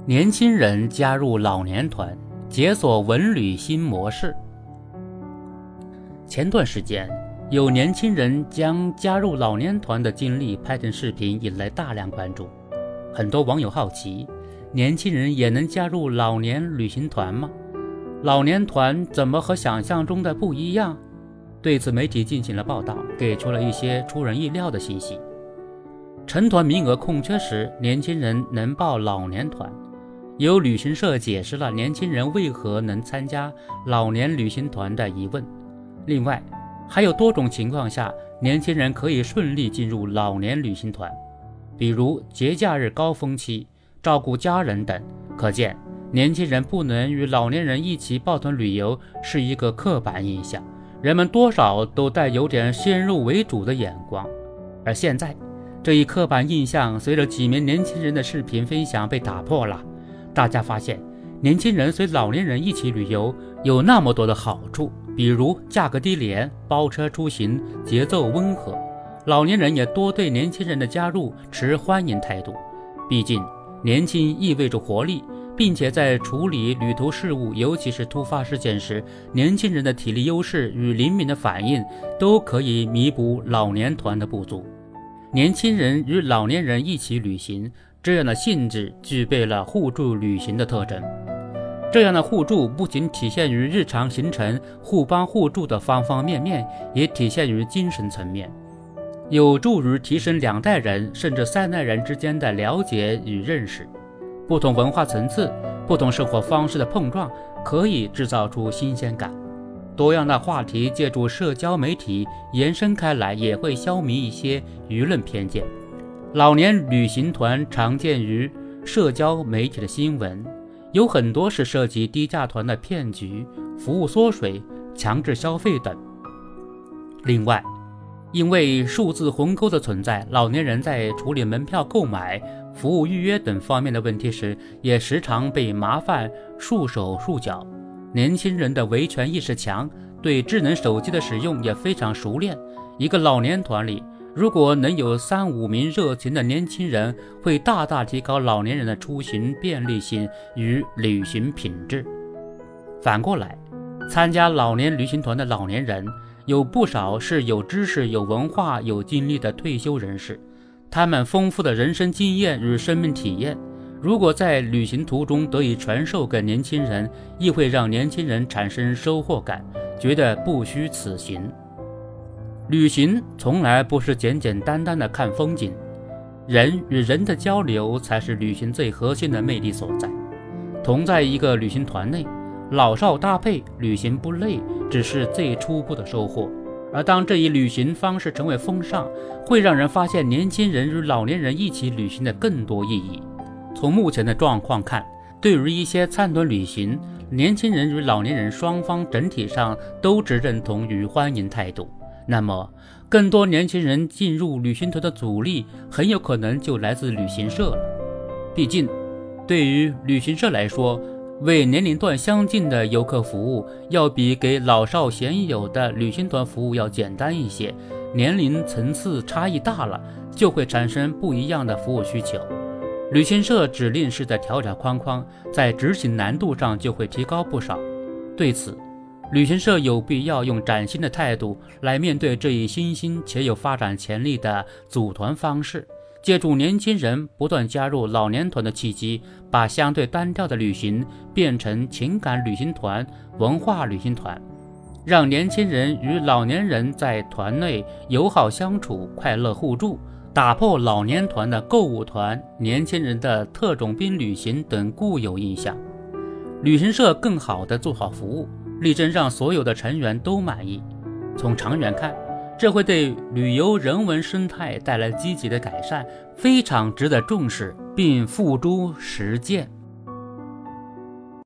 年轻人加入老年团，解锁文旅新模式。前段时间，有年轻人将加入老年团的经历拍成视频，引来大量关注。很多网友好奇，年轻人也能加入老年旅行团吗？老年团怎么和想象中的不一样？对此，媒体进行了报道，给出了一些出人意料的信息。成团名额空缺时，年轻人能报老年团。有旅行社解释了年轻人为何能参加老年旅行团的疑问。另外，还有多种情况下，年轻人可以顺利进入老年旅行团，比如节假日高峰期、照顾家人等。可见，年轻人不能与老年人一起抱团旅游是一个刻板印象，人们多少都带有点先入为主的眼光。而现在，这一刻板印象随着几名年轻人的视频分享被打破了。大家发现，年轻人随老年人一起旅游有那么多的好处，比如价格低廉、包车出行、节奏温和。老年人也多对年轻人的加入持欢迎态度，毕竟年轻意味着活力，并且在处理旅途事务，尤其是突发事件时，年轻人的体力优势与灵敏的反应都可以弥补老年团的不足。年轻人与老年人一起旅行，这样的性质具备了互助旅行的特征。这样的互助不仅体现于日常行程互帮互助的方方面面，也体现于精神层面，有助于提升两代人甚至三代人之间的了解与认识。不同文化层次、不同生活方式的碰撞，可以制造出新鲜感。多样的话题借助社交媒体延伸开来，也会消弭一些舆论偏见。老年旅行团常见于社交媒体的新闻，有很多是涉及低价团的骗局、服务缩水、强制消费等。另外，因为数字鸿沟的存在，老年人在处理门票购买、服务预约等方面的问题时，也时常被麻烦束手束脚。年轻人的维权意识强，对智能手机的使用也非常熟练。一个老年团里，如果能有3-5名热情的年轻人，会大大提高老年人的出行便利性与旅行品质。反过来，参加老年旅行团的老年人，有不少是有知识、有文化、有经历的退休人士，他们丰富的人生经验与生命体验，如果在旅行途中得以传授给年轻人，亦会让年轻人产生收获感，觉得不虚此行。旅行从来不是简简单单的看风景，人与人的交流才是旅行最核心的魅力所在。同在一个旅行团内，老少搭配，旅行不累，只是最初步的收获。而当这一旅行方式成为风尚，会让人发现年轻人与老年人一起旅行的更多意义。从目前的状况看，对于一些参团旅行，年轻人与老年人双方整体上都只认同与欢迎态度。那么，更多年轻人进入旅行团的阻力，很有可能就来自旅行社了。毕竟，对于旅行社来说，为年龄段相近的游客服务，要比给老少咸有的旅行团服务要简单一些。年龄层次差异大了，就会产生不一样的服务需求。旅行社指令式的条条框框，在执行难度上就会提高不少。对此，旅行社有必要用崭新的态度来面对这一新兴且有发展潜力的组团方式，借助年轻人不断加入老年团的契机，把相对单调的旅行变成情感旅行团、文化旅行团，让年轻人与老年人在团内友好相处、快乐互助，打破老年团的购物团、年轻人的特种兵旅行等固有印象。旅行社更好地做好服务，力争让所有的成员都满意。从长远看，这会对旅游人文生态带来积极的改善，非常值得重视并付诸实践。